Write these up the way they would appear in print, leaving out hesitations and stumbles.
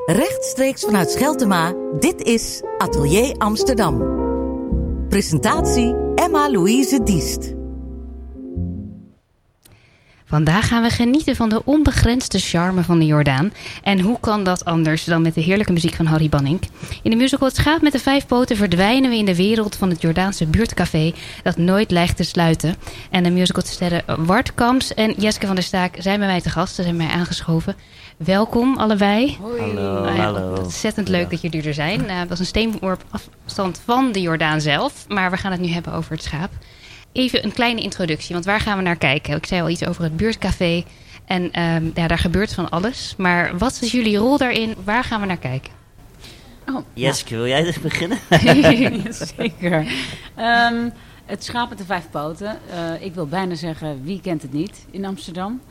Rechtstreeks vanuit Scheltema, dit is Atelier Amsterdam. Presentatie Emma-Louise Diest. Vandaag gaan we genieten van de onbegrensde charme van de Jordaan. En hoe kan dat anders dan met de heerlijke muziek van Harry Bannink? In de musical Het Schaap met de 5 poten verdwijnen we in de wereld van het Jordaanse buurtcafé dat nooit lijkt te sluiten. En de musicalsterren Wart Kamps en Jeske van der Staak zijn bij mij te gast. Ze zijn bij mij aangeschoven. Welkom allebei. Hoi. Hallo. Ontzettend leuk dat jullie er zijn. Dat is een steenworp afstand van de Jordaan zelf. Maar we gaan het nu hebben over Het Schaap. Even een kleine introductie, want waar gaan we naar kijken? Ik zei al iets over het buurtcafé en daar gebeurt van alles. Maar wat is jullie rol daarin? Waar gaan we naar kijken? Jeske, wil jij dus beginnen? Zeker. Het Schaap met de 5 poten. Ik wil bijna zeggen, wie kent het niet in Amsterdam?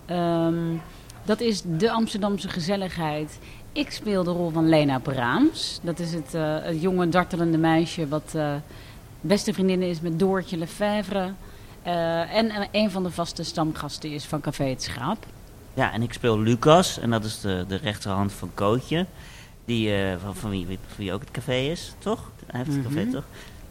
Dat is de Amsterdamse gezelligheid. Ik speel de rol van Lena Braams. Dat is het jonge, dartelende meisje wat beste vriendinnen is met Doortje Lefevre. En een van de vaste stamgasten is van Café Het Schaap. Ja, en ik speel Lucas. En dat is de rechterhand van Kootje. Die, van wie ook het café is, toch? Hij heeft het café, toch?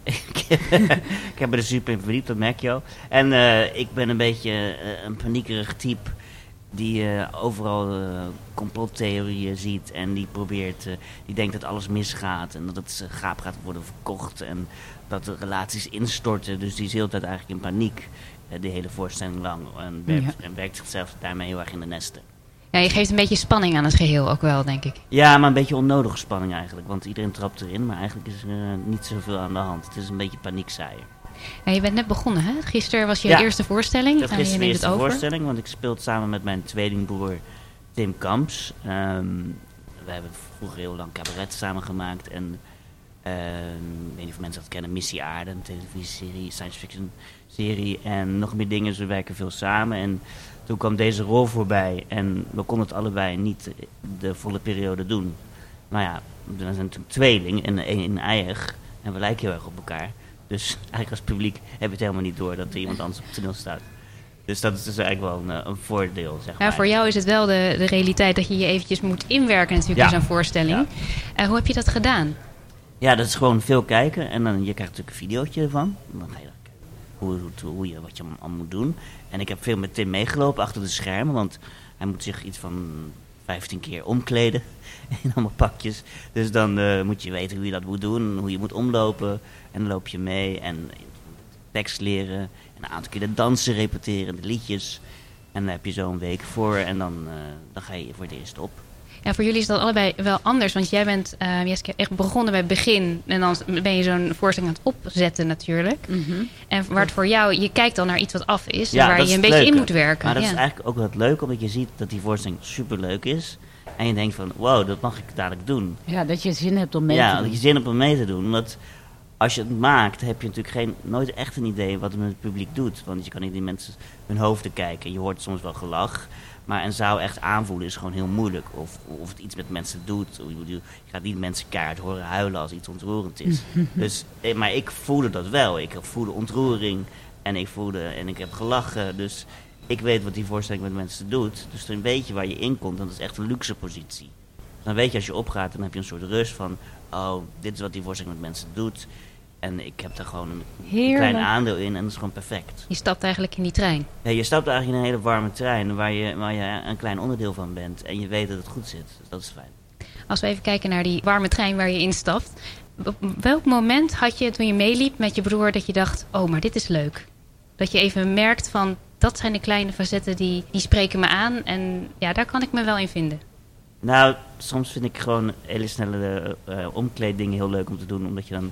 Ik heb er super in verdiept, dat merk je al. En ik ben een beetje een paniekerig type die overal complottheorieën ziet en die probeert, die denkt dat alles misgaat en dat het schaap gaat worden verkocht en dat de relaties instorten. Dus die is de hele tijd eigenlijk in paniek, de hele voorstelling lang, en werkt zichzelf daarmee heel erg in de nesten. Ja, je geeft een beetje spanning aan het geheel ook wel, denk ik. Ja, maar een beetje onnodige spanning eigenlijk, want iedereen trapt erin, maar eigenlijk is er niet zoveel aan de hand. Het is een beetje paniekzaaien. Ja, je bent net begonnen, hè? Gisteren was je eerste voorstelling. Dat is gisteren de eerste voorstelling, want ik speel het samen met mijn tweelingbroer Tim Kamps. We hebben vroeger heel lang cabaret samen gemaakt. En ik weet niet of mensen dat kennen, Missie Aarde, een televisieserie, science fiction serie. En nog meer dingen, dus we werken veel samen. En toen kwam deze rol voorbij en we konden het allebei niet de volle periode doen. Nou ja, we zijn natuurlijk tweeling en één in eigen. En we lijken heel erg op elkaar. Dus eigenlijk als publiek heb je het helemaal niet door dat er iemand anders op het toneel staat. Dus dat is dus eigenlijk wel een voordeel, zeg maar. Ja, voor jou is het wel de realiteit dat je je eventjes moet inwerken natuurlijk in zo'n voorstelling. Ja. Hoe heb je dat gedaan? Ja, dat is gewoon veel kijken. En dan, je krijgt natuurlijk een videootje ervan. En dan ga je kijken wat je allemaal moet doen. En ik heb veel met Tim meegelopen achter de schermen. Want hij moet zich iets van 15 keer omkleden in allemaal pakjes. Dus dan moet je weten hoe je dat moet doen, hoe je moet omlopen. En dan loop je mee en tekst leren. En een aantal keer de dansen repeteren, de liedjes. En dan heb je zo een week voor en dan ga je voor het eerst op. Ja, voor jullie is dat allebei wel anders. Want jij bent Jeske, echt begonnen bij het begin. En dan ben je zo'n voorstelling aan het opzetten natuurlijk. Mm-hmm. En waar het voor jou, je kijkt dan naar iets wat af is. Ja, waar je een beetje in moet werken. Maar dat is eigenlijk ook wat leuk, omdat je ziet dat die voorstelling superleuk is. En je denkt van, wow, dat mag ik dadelijk doen. Ja, dat je zin hebt om mee te doen. Ja, dat je zin hebt om mee te doen. Omdat als je het maakt, heb je natuurlijk nooit echt een idee wat het met het publiek doet. Want je kan niet in mensen hun hoofden kijken. Je hoort soms wel gelach. Maar een zaal echt aanvoelen is gewoon heel moeilijk. Of het iets met mensen doet. Je gaat niet mensen keihard horen huilen als iets ontroerend is. Maar ik voelde dat wel. Ik voelde ontroering. En ik heb gelachen. Dus ik weet wat die voorstelling met mensen doet. Dus dan weet je waar je in komt. Dat is echt een luxe positie. Dan weet je als je opgaat, dan heb je een soort rust van, oh, dit is wat die voorstelling met mensen doet. En ik heb daar gewoon een klein aandeel in en dat is gewoon perfect. Je stapt eigenlijk in die trein. Ja, je stapt eigenlijk in een hele warme trein waar je een klein onderdeel van bent. En je weet dat het goed zit. Dus dat is fijn. Als we even kijken naar die warme trein waar je instapt. Op welk moment had je toen je meeliep met je broer dat je dacht, oh, maar dit is leuk? Dat je even merkt van, dat zijn de kleine facetten die spreken me aan. En ja, daar kan ik me wel in vinden. Nou, soms vind ik gewoon hele snelle omkleeddingen heel leuk om te doen. Omdat je dan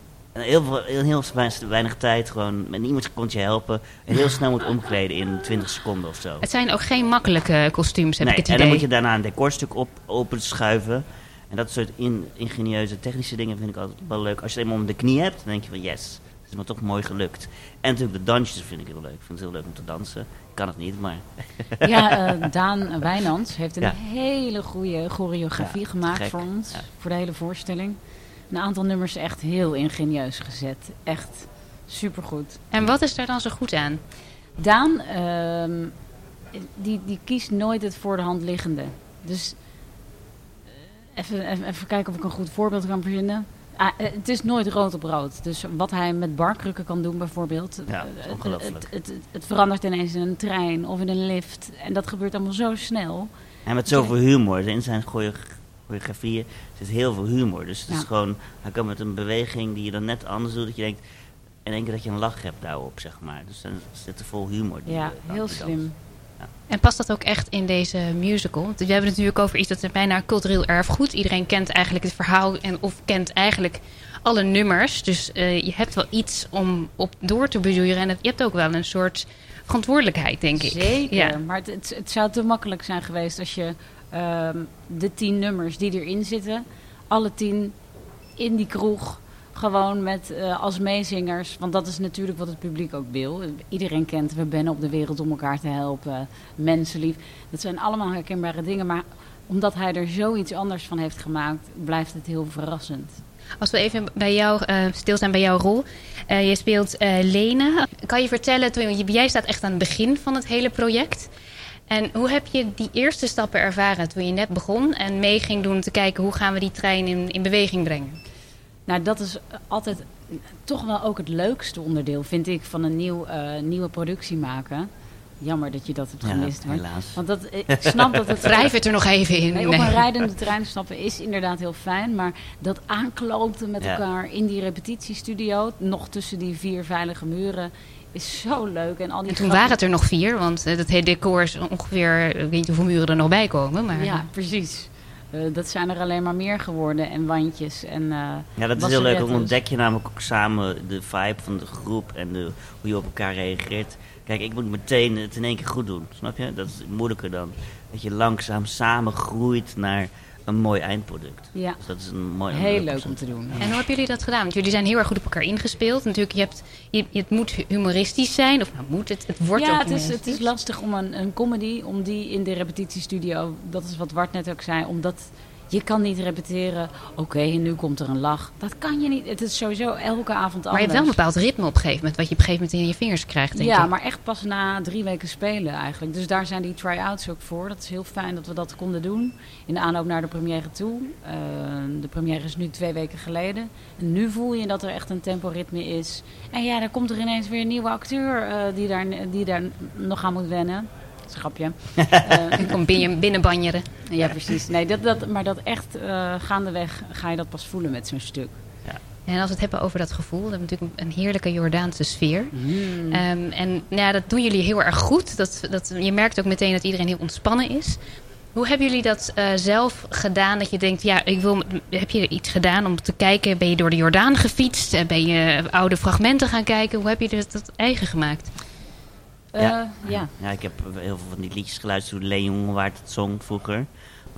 heel weinig tijd gewoon met niemand kon je helpen. En heel snel moet omkleden in 20 seconden of zo. Het zijn ook geen makkelijke kostuums, heb ik het idee. En dan moet je daarna een decorstuk open schuiven. En dat soort ingenieuze technische dingen vind ik altijd wel leuk. Als je het eenmaal om de knie hebt, dan denk je van yes, het is me toch mooi gelukt. En natuurlijk de dansjes vind ik heel leuk. Ik vind het heel leuk om te dansen. Ik kan het niet, maar... Ja, Daan Wijnands heeft een hele goede choreografie gemaakt voor ons. Ja. Voor de hele voorstelling. Een aantal nummers echt heel ingenieus gezet. Echt supergoed. En wat is daar dan zo goed aan? Daan, die kiest nooit het voor de hand liggende. Dus Even kijken of ik een goed voorbeeld kan verzinnen. Het is nooit rood op rood. Dus wat hij met barkrukken kan doen bijvoorbeeld. Ja, ongelooflijk. Het verandert ineens in een trein of in een lift. En dat gebeurt allemaal zo snel. En met zoveel humor. In zijn choreografieën zit heel veel humor. Dus het is gewoon, hij kan met een beweging die je dan net anders doet. Dat je denkt, in één keer dat je een lach hebt daarop, zeg maar. Dus dan zit er vol humor. Ja, heel slim. Ja. En past dat ook echt in deze musical? Want we hebben het natuurlijk over iets dat is bijna cultureel erfgoed. Iedereen kent eigenlijk het verhaal of kent eigenlijk alle nummers. Dus je hebt wel iets om op door te bezuren. En je hebt ook wel een soort verantwoordelijkheid, denk ik. Zeker, ja. Maar het zou te makkelijk zijn geweest als je de 10 nummers die erin zitten, alle 10 in die kroeg, gewoon met als meezingers. Want dat is natuurlijk wat het publiek ook wil. Iedereen kent We Bennen op de wereld om elkaar te helpen. Mensenlief. Dat zijn allemaal herkenbare dingen. Maar omdat hij er zoiets anders van heeft gemaakt, blijft het heel verrassend. Als we even bij jou stilstaan bij jouw rol. Je speelt Lene. Kan je vertellen, jij staat echt aan het begin van het hele project. En hoe heb je die eerste stappen ervaren toen je net begon en mee ging doen te kijken hoe gaan we die trein in beweging brengen? Nou, dat is altijd toch wel ook het leukste onderdeel, vind ik, van een nieuwe productie maken. Jammer dat je dat hebt gemist. Ja, helaas. Want ik snap dat het... Wrijf het er nog even in. Nee, op een rijdende trein stappen is inderdaad heel fijn. Maar dat aankloten met elkaar in die repetitiestudio, nog tussen die 4 veilige muren, is zo leuk. En toen waren het er nog 4, want het hele decor is ongeveer, ik weet niet hoeveel muren er nog bij komen. Maar... Ja, precies. Dat zijn er alleen maar meer geworden. En wandjes. En, ja, dat is heel leuk. Dan ontdek je namelijk ook samen de vibe van de groep en hoe je op elkaar reageert. Kijk, ik moet meteen het in één keer goed doen. Snap je? Dat is moeilijker dan. Dat je langzaam samen groeit naar een mooi eindproduct. Ja. Dus dat is een mooi. Heel leuk om te doen. En hoe hebben jullie dat gedaan? Want jullie zijn heel erg goed op elkaar ingespeeld. Natuurlijk, het moet humoristisch zijn. Of nou moet het wordt ook humoristisch. Het is lastig om een comedy, om die in de repetitiestudio, dat is wat Wart net ook zei, omdat je kan niet repeteren, oké, nu komt er een lach. Dat kan je niet. Het is sowieso elke avond anders. Maar je hebt wel een bepaald ritme op een gegeven moment, wat je op een gegeven moment in je vingers krijgt, denk ik. Ja, maar echt pas na 3 weken spelen eigenlijk. Dus daar zijn die try-outs ook voor. Dat is heel fijn dat we dat konden doen. In de aanloop naar de première toe. De première is nu 2 weken geleden. En nu voel je dat er echt een temporitme is. En ja, dan komt er ineens weer een nieuwe acteur die daar nog aan moet wennen. Schapje. Ik kom binnenbanjeren. Ja, precies. Nee, maar dat echt gaandeweg ga je dat pas voelen met zo'n stuk. Ja. En als we het hebben over dat gevoel, dan hebben we natuurlijk een heerlijke Jordaanse sfeer. En ja, dat doen jullie heel erg goed. Je merkt ook meteen dat iedereen heel ontspannen is. Hoe hebben jullie dat zelf gedaan? Dat je denkt, heb je iets gedaan om te kijken? Ben je door de Jordaan gefietst? Ben je oude fragmenten gaan kijken? Hoe heb je dat eigen gemaakt? Ja, ik heb heel veel van die liedjes geluisterd toen Leen Jongewaard het zong vroeger.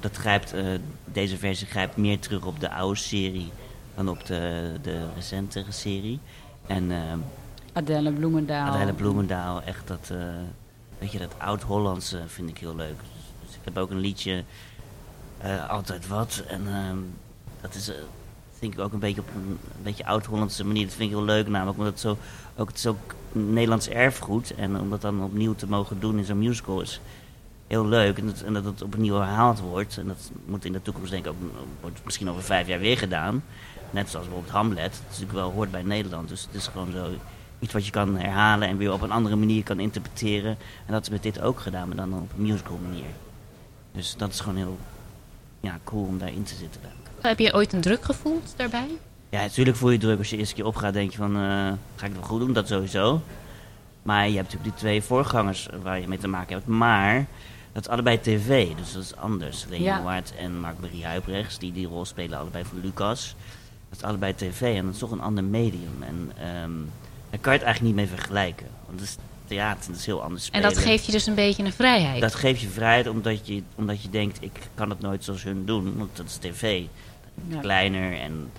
Deze versie grijpt meer terug op de oude serie dan op de recentere serie. En Adele Bloemendaal, echt dat oud-Hollandse vind ik heel leuk. Dus ik heb ook een liedje, Altijd Wat. En dat is vind ik ook een beetje op een beetje oud-Hollandse manier. Dat vind ik heel leuk namelijk, omdat het is ook Nederlands erfgoed. En om dat dan opnieuw te mogen doen in zo'n musical is heel leuk. En dat het opnieuw herhaald wordt. En dat moet in de toekomst denk ik ook, wordt misschien over 5 jaar weer gedaan. Net zoals bijvoorbeeld Hamlet. Dat is natuurlijk wel hoort bij Nederland. Dus het is gewoon zo iets wat je kan herhalen en weer op een andere manier kan interpreteren. En dat is met dit ook gedaan, maar dan op een musical manier. Dus dat is gewoon heel cool om daarin te zitten. Heb je ooit een druk gevoeld daarbij? Ja, natuurlijk voel je druk. Als je eerst keer opgaat, denk je van, ga ik het wel goed doen? Dat sowieso. Maar je hebt natuurlijk die 2 voorgangers waar je mee te maken hebt. Maar dat is allebei tv, dus dat is anders. Leen Jongewaard en Mark-Marie Huibrechts, die rol spelen allebei voor Lucas. Dat is allebei tv en dat is toch een ander medium. En daar kan je het eigenlijk niet mee vergelijken. Want het is theater, dat is heel anders spelen. En dat geeft je dus een beetje een vrijheid? Dat geeft je vrijheid omdat je denkt, ik kan het nooit zoals hun doen. Want dat is tv. Kleiner en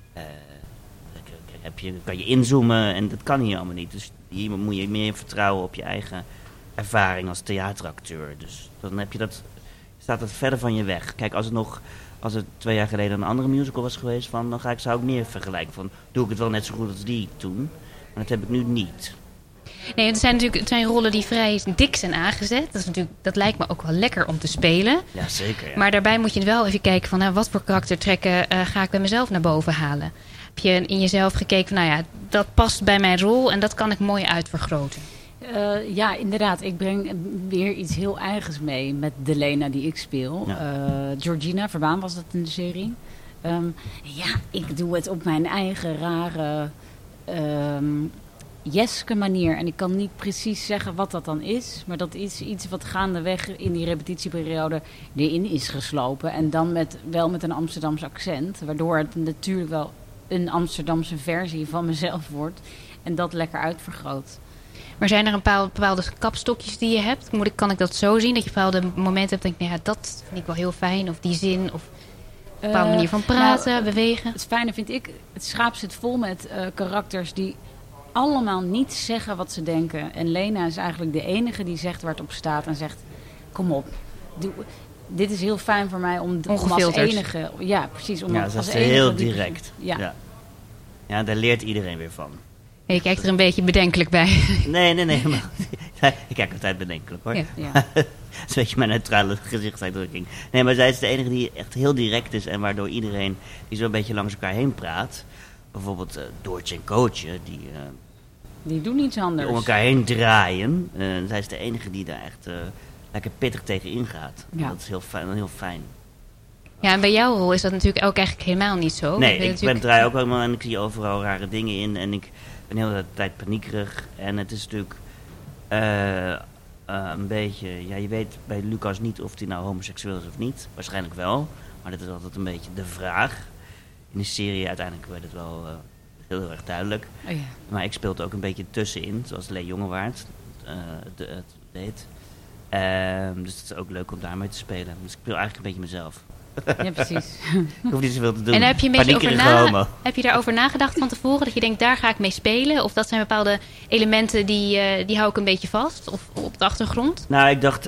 kan je inzoomen en dat kan hier allemaal niet. Dus hier moet je meer vertrouwen op je eigen ervaring als theateracteur. Dus dan staat het verder van je weg. Kijk, als het 2 jaar geleden een andere musical was geweest, zou ik meer vergelijken van, doe ik het wel net zo goed als die toen? Maar dat heb ik nu niet. Nee, het zijn rollen die vrij dik zijn aangezet. Dat lijkt me ook wel lekker om te spelen. Ja, zeker. Ja. Maar daarbij moet je wel even kijken van wat voor karaktertrekken ga ik bij mezelf naar boven halen. Heb je in jezelf gekeken van dat past bij mijn rol en dat kan ik mooi uitvergroten. Ja, inderdaad. Ik breng weer iets heel eigens mee met de Lena die ik speel. Ja. Georgina Verbaan was dat in de serie. Ik doe het op mijn eigen rare Jeske manier. En ik kan niet precies zeggen wat dat dan is. Maar dat is iets wat gaandeweg in die repetitieperiode erin is geslopen. En dan wel met een Amsterdams accent. Waardoor het natuurlijk wel een Amsterdamse versie van mezelf wordt. En dat lekker uitvergroot. Maar zijn er bepaalde kapstokjes die je hebt? Kan ik dat zo zien? Dat je bepaalde momenten hebt en denk dat vind ik wel heel fijn. Of die zin, of een bepaalde manier van praten, bewegen. Het fijne vind ik, het schaap zit vol met karakters die allemaal niet zeggen wat ze denken. En Lena is eigenlijk de enige die zegt waar het op staat en zegt, kom op, dit is heel fijn voor mij om als enige... Ja, precies. Om dat als is enige heel direct. Ja, daar leert iedereen weer van. Je kijkt er een beetje bedenkelijk bij. Nee. Maar, ik kijk altijd bedenkelijk hoor. Ja. Dat is een beetje mijn neutrale gezichtsuitdrukking. Nee, maar zij is de enige die echt heel direct is. En waardoor iedereen die zo een beetje langs elkaar heen praat. Bijvoorbeeld Doortje en Kootje. Die doen iets anders. Die om elkaar heen draaien. Zij is de enige die daar echt lekker pittig tegen ingaat. Ja. Dat is heel fijn. Ja, en bij jouw rol is dat natuurlijk ook eigenlijk helemaal niet zo. Nee, ik draai ook helemaal en ik zie overal rare dingen in. En ik ben de hele tijd paniekerig. En het is natuurlijk een beetje... Ja, je weet bij Lucas niet of hij nou homoseksueel is of niet. Waarschijnlijk wel. Maar dat is altijd een beetje de vraag. In de serie uiteindelijk werd het wel heel erg duidelijk. Oh ja. Maar ik speel het ook een beetje tussenin. Zoals Lee Jongewaard het deed. Dus het is ook leuk om daarmee te spelen. Dus ik speel eigenlijk een beetje mezelf. Ja, precies. Ik hoef niet zoveel te doen. En heb je een beetje heb je daarover nagedacht van tevoren? Dat je denkt, daar ga ik mee spelen? Of dat zijn bepaalde elementen die hou ik een beetje vast? Of op de achtergrond? Nou, ik dacht...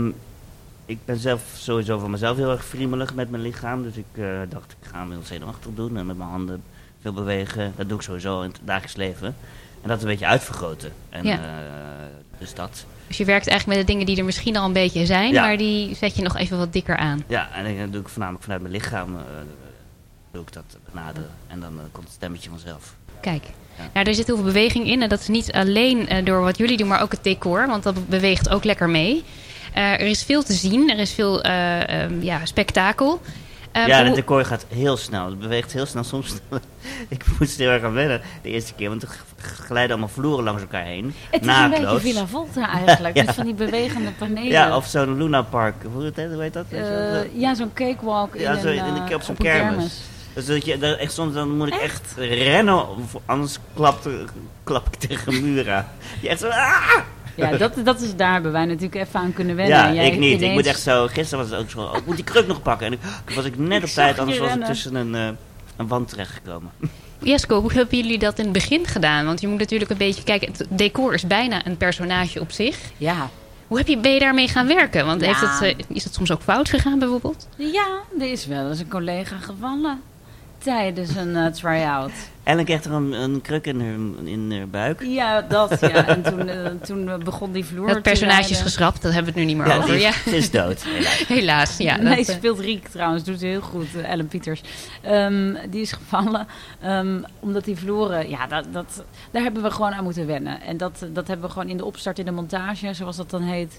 ik ben zelf sowieso van mezelf heel erg friemelig met mijn lichaam. Dus ik dacht, ik ga hem heel zenuwachtig doen. En met mijn handen veel bewegen. Dat doe ik sowieso in het dagelijks leven. En dat een beetje uitvergroten. En, dus dat... Dus je werkt eigenlijk met de dingen die er misschien al een beetje zijn, maar die zet je nog even wat dikker aan. Ja, en dan doe ik voornamelijk vanuit mijn lichaam doe ik dat benaderen. En dan komt het stemmetje vanzelf. Kijk, nou, er zit heel veel beweging in. En dat is niet alleen door wat jullie doen, maar ook het decor. Want dat beweegt ook lekker mee. Er is veel te zien. Er is veel spektakel. Het decor gaat heel snel. Het beweegt heel snel. Soms, ik moest heel erg aan wennen de eerste keer. Want er glijden allemaal vloeren langs elkaar heen. Het is een beetje Villa Volta eigenlijk. Met van die bewegende panelen. Ja, of zo'n Luna Park. Hoe heet dat? Zo'n cakewalk op zo'n kermis. Dus dat je echt soms dan moet ik echt rennen. Anders klap ik tegen een muur aan. Je echt zo... Ja, dat is, daar hebben wij natuurlijk even aan kunnen wennen. Ja, ik niet. Ik moet echt zo... Gisteren was het ook zo... Ik moet die kruk nog pakken. En was ik net op tijd, anders was ik tussen een wand terechtgekomen. Jesko, hoe hebben jullie dat in het begin gedaan? Want je moet natuurlijk een beetje kijken... Het decor is bijna een personage op zich. Ja. Hoe ben je daarmee gaan werken? Want is het soms ook fout gegaan bijvoorbeeld? Ja, er is wel eens een collega gevallen tijdens een try-out. Ellen kreeg er een kruk in haar buik. Ja, dat ja. En toen begon die vloer het personage is geschrapt, daar hebben we het nu niet meer over. Ze is dood, helaas. Helaas, ja. Nee, speelt Riek trouwens, doet ze heel goed, Ellen Pieters. Die is gevallen, omdat die vloeren, daar hebben we gewoon aan moeten wennen. En dat hebben we gewoon in de opstart, in de montage, zoals dat dan heet,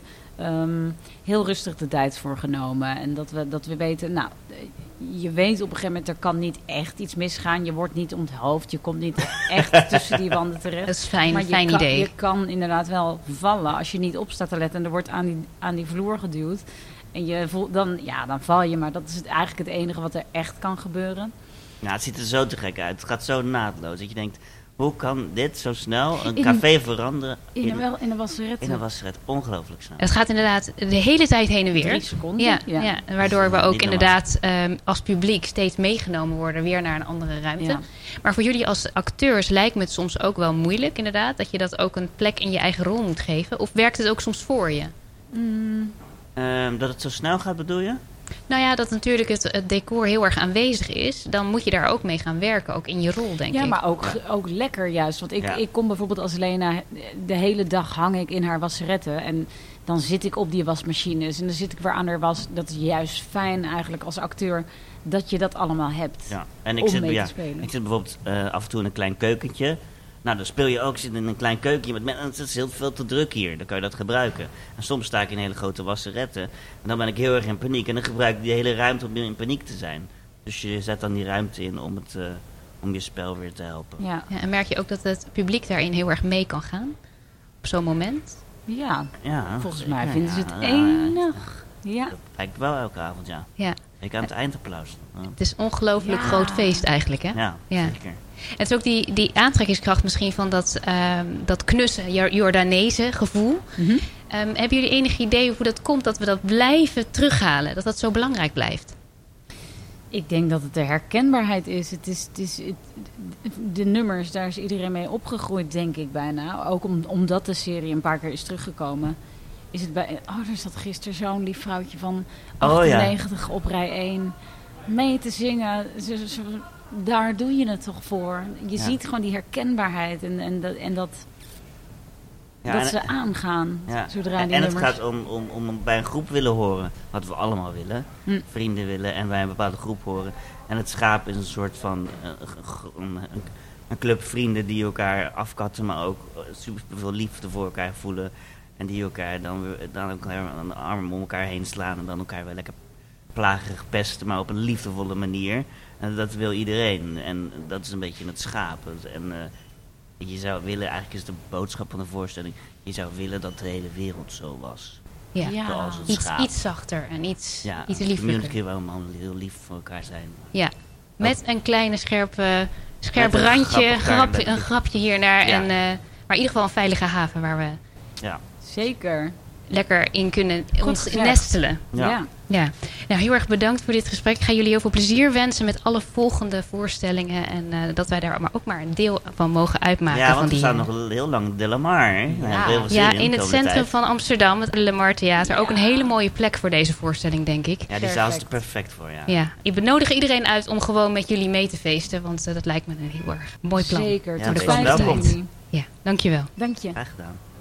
heel rustig de tijd voor genomen. En dat we weten, nou, je weet op een gegeven moment, er kan niet echt iets misgaan. Je wordt niet onthoofd, je komt niet echt tussen die wanden terecht. Dat is fijn idee. Je kan inderdaad wel vallen als je niet op staat te letten. En er wordt aan die vloer geduwd. En je voelt, dan val je. Maar dat is eigenlijk het enige wat er echt kan gebeuren. Nou, het ziet er zo te gek uit. Het gaat zo naadloos. Dat je denkt, hoe kan dit zo snel een café veranderen? In een wasseret. In een wasseret. Ongelooflijk snel. Het gaat inderdaad de hele tijd heen en weer. 3 seconden. Ja. Waardoor we ook inderdaad als publiek steeds meegenomen worden weer naar een andere ruimte. Ja. Maar voor jullie als acteurs lijkt me het soms ook wel moeilijk inderdaad. Dat je dat ook een plek in je eigen rol moet geven. Of werkt het ook soms voor je? Dat het zo snel gaat, bedoel je? Nou ja, dat natuurlijk het decor heel erg aanwezig is. Dan moet je daar ook mee gaan werken, ook in je rol, denk ik. Ja, maar ook lekker juist. Want ik kom bijvoorbeeld als Lena, de hele dag hang ik in haar wasseretten. En dan zit ik op die wasmachines en dan zit ik weer aan haar was. Dat is juist fijn eigenlijk als acteur dat je dat allemaal hebt. Ja, en om mee te spelen. Ik zit bijvoorbeeld af en toe in een klein keukentje. Nou, dan speel je ook, zit in een klein keukentje. Maar het is heel veel te druk hier, dan kan je dat gebruiken. En soms sta ik in hele grote wasseretten. En dan ben ik heel erg in paniek. En dan gebruik ik die hele ruimte om in paniek te zijn. Dus je zet dan die ruimte in om je spel weer te helpen. Ja, Ja, en merk je ook dat het publiek daarin heel erg mee kan gaan? Op zo'n moment? ja. Ja, Volgens mij zeker, vinden ze het ja, enig. Ja. Dat lijkt wel elke avond, ja. Ja. Ik aan het eindapplaus. Het is een ongelooflijk Ja. groot feest eigenlijk, hè? Ja, Ja. zeker. Het is ook die aantrekkingskracht misschien van dat knusse Jordaanese gevoel. Mhm. Hebben jullie enig idee hoe dat komt dat we dat blijven terughalen? Dat dat zo belangrijk blijft? Ik denk dat het de herkenbaarheid is. De nummers, daar is iedereen mee opgegroeid, denk ik bijna. Ook omdat de serie een paar keer is teruggekomen. Is het bij... Oh, er zat gisteren zo'n lief vrouwtje van 98 op rij 1 mee te zingen. Daar doe je het toch voor. Je ziet gewoon die herkenbaarheid en dat ze aangaan zodra die en nummers... het gaat om bij een groep willen horen. Wat we allemaal willen. Vrienden willen en bij een bepaalde groep horen. En het schaap is een soort van een club vrienden die elkaar afkatten, maar ook super veel liefde voor elkaar voelen. En die elkaar dan elkaar aan de armen om elkaar heen slaan en dan elkaar wel lekker plagerig pesten, maar op een liefdevolle manier. En dat wil iedereen. En dat is een beetje het schaap. En je zou willen, eigenlijk is de boodschap van de voorstelling, je zou willen dat de hele wereld zo was. Ja. Ja. Zoals het schaap. Iets zachter en iets De lieflijker. community wil allemaal heel lief voor elkaar zijn. Ja, met een kleine scherp Met een randje, grappig een grapje hiernaar. Ja. Maar in ieder geval een veilige haven waar we Ja. Zeker. lekker in kunnen ons gezegd. nestelen. Ja. Ja, nou heel erg bedankt voor dit gesprek. Ik ga jullie heel veel plezier wensen met alle volgende voorstellingen. En dat wij daar ook maar een deel van mogen uitmaken. Ja, van want we die, staan nog heel lang de Lamar. Hè? Ja, in het centrum van Amsterdam, het Lamar Theater. Ook een hele mooie plek voor deze voorstelling, denk ik. Ja, die zaal is er perfect voor, ja. Ja, ik benodig iedereen uit om gewoon met jullie mee te feesten. Want dat lijkt me een heel erg mooi plan. Zeker. Ja, Tot wees 15 welkom. juni. Ja, dankjewel. Dank je. Graag gedaan.